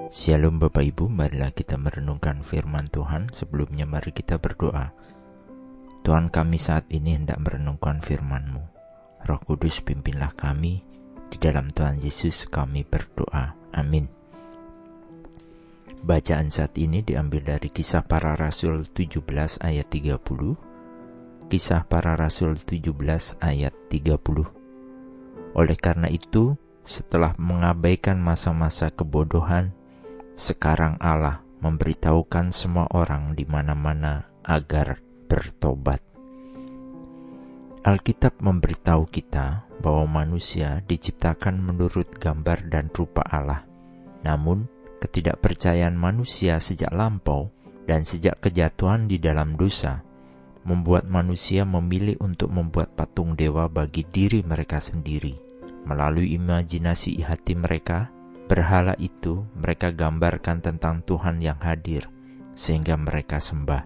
Shalom Bapak Ibu, marilah kita merenungkan firman Tuhan. Sebelumnya mari kita berdoa. Tuhan, kami saat ini hendak merenungkan firman-Mu. Roh Kudus, pimpinlah kami. Di dalam Tuhan Yesus kami berdoa. Amin. Bacaan saat ini diambil dari Kisah Para Rasul 17 ayat 30. Kisah Para Rasul 17 ayat 30. Oleh karena itu, setelah mengabaikan masa-masa kebodohan, sekarang Allah memberitahukan semua orang di mana-mana agar bertobat. Alkitab memberitahu kita bahwa manusia diciptakan menurut gambar dan rupa Allah. Namun, ketidakpercayaan manusia sejak lampau dan sejak kejatuhan di dalam dosa membuat manusia memilih untuk membuat patung dewa bagi diri mereka sendiri. Melalui imajinasi hati mereka, berhala itu mereka gambarkan tentang Tuhan yang hadir, sehingga mereka sembah.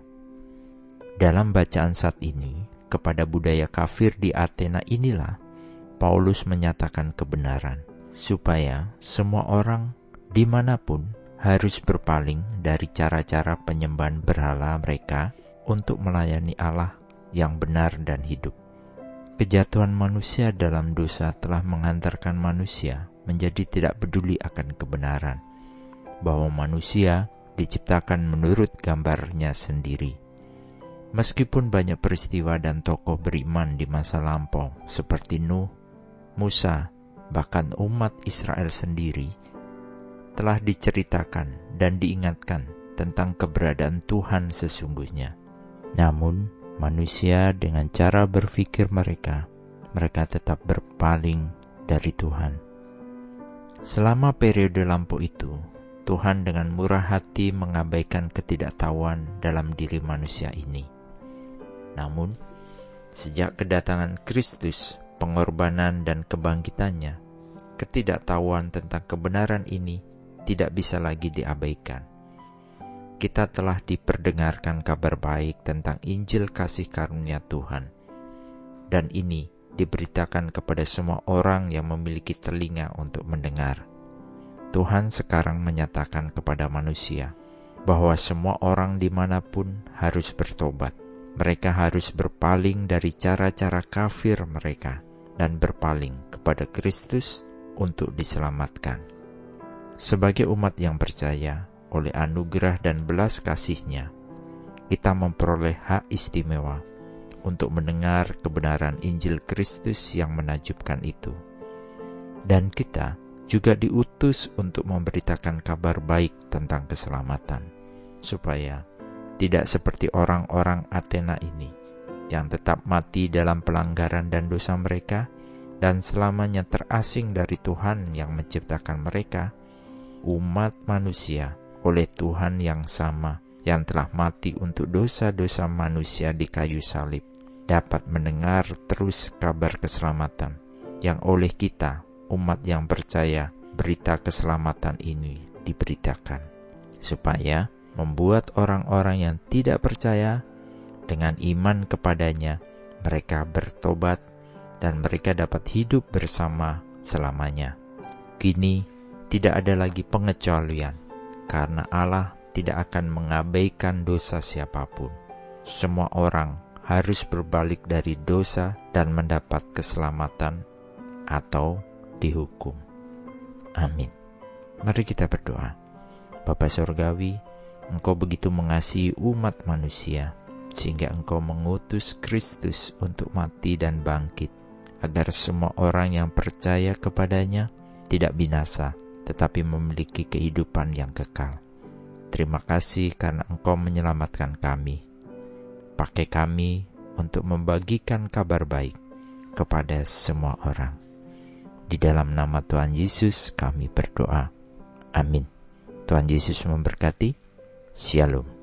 Dalam bacaan saat ini, kepada budaya kafir di Athena inilah, Paulus menyatakan kebenaran, supaya semua orang dimanapun harus berpaling dari cara-cara penyembahan berhala mereka untuk melayani Allah yang benar dan hidup. Kejatuhan manusia dalam dosa telah menghantarkan manusia menjadi tidak peduli akan kebenaran, bahwa manusia diciptakan menurut gambarnya sendiri. Meskipun banyak peristiwa dan tokoh beriman di masa lampau seperti Nuh, Musa, bahkan umat Israel sendiri, telah diceritakan dan diingatkan tentang keberadaan Tuhan sesungguhnya. Namun, manusia dengan cara berpikir mereka tetap berpaling dari Tuhan. Selama periode lampau itu, Tuhan dengan murah hati mengabaikan ketidaktahuan dalam diri manusia ini. Namun, sejak kedatangan Kristus, pengorbanan dan kebangkitannya, ketidaktahuan tentang kebenaran ini tidak bisa lagi diabaikan. Kita telah diperdengarkan kabar baik tentang Injil kasih karunia Tuhan, dan ini diberitakan kepada semua orang yang memiliki telinga untuk mendengar. Tuhan sekarang menyatakan kepada manusia bahwa semua orang dimanapun harus bertobat. Mereka harus berpaling dari cara-cara kafir mereka dan berpaling kepada Kristus untuk diselamatkan. Sebagai umat yang percaya, oleh anugerah dan belas kasih-Nya, kita memperoleh hak istimewa untuk mendengar kebenaran Injil Kristus yang menakjubkan itu. Dan kita juga diutus untuk memberitakan kabar baik tentang keselamatan, supaya tidak seperti orang-orang Athena ini, yang tetap mati dalam pelanggaran dan dosa mereka, dan selamanya terasing dari Tuhan yang menciptakan mereka, umat manusia oleh Tuhan yang sama, yang telah mati untuk dosa-dosa manusia di kayu salib, dapat mendengar terus kabar keselamatan yang oleh kita, umat yang percaya, berita keselamatan ini diberitakan, supaya membuat orang-orang yang tidak percaya dengan iman kepadanya, mereka bertobat dan mereka dapat hidup bersama selamanya. Kini tidak ada lagi pengecualian, karena Allah tidak akan mengabaikan dosa siapapun. Semua orang harus berbalik dari dosa dan mendapat keselamatan atau dihukum. Amin. Mari kita berdoa. Bapa Surgawi, Engkau begitu mengasihi umat manusia, sehingga Engkau mengutus Kristus untuk mati dan bangkit, agar semua orang yang percaya kepadanya tidak binasa, tetapi memiliki kehidupan yang kekal. Terima kasih karena Engkau menyelamatkan kami. Pakai kami untuk membagikan kabar baik kepada semua orang. Di dalam nama Tuhan Yesus kami berdoa. Amin. Tuhan Yesus memberkati. Shalom.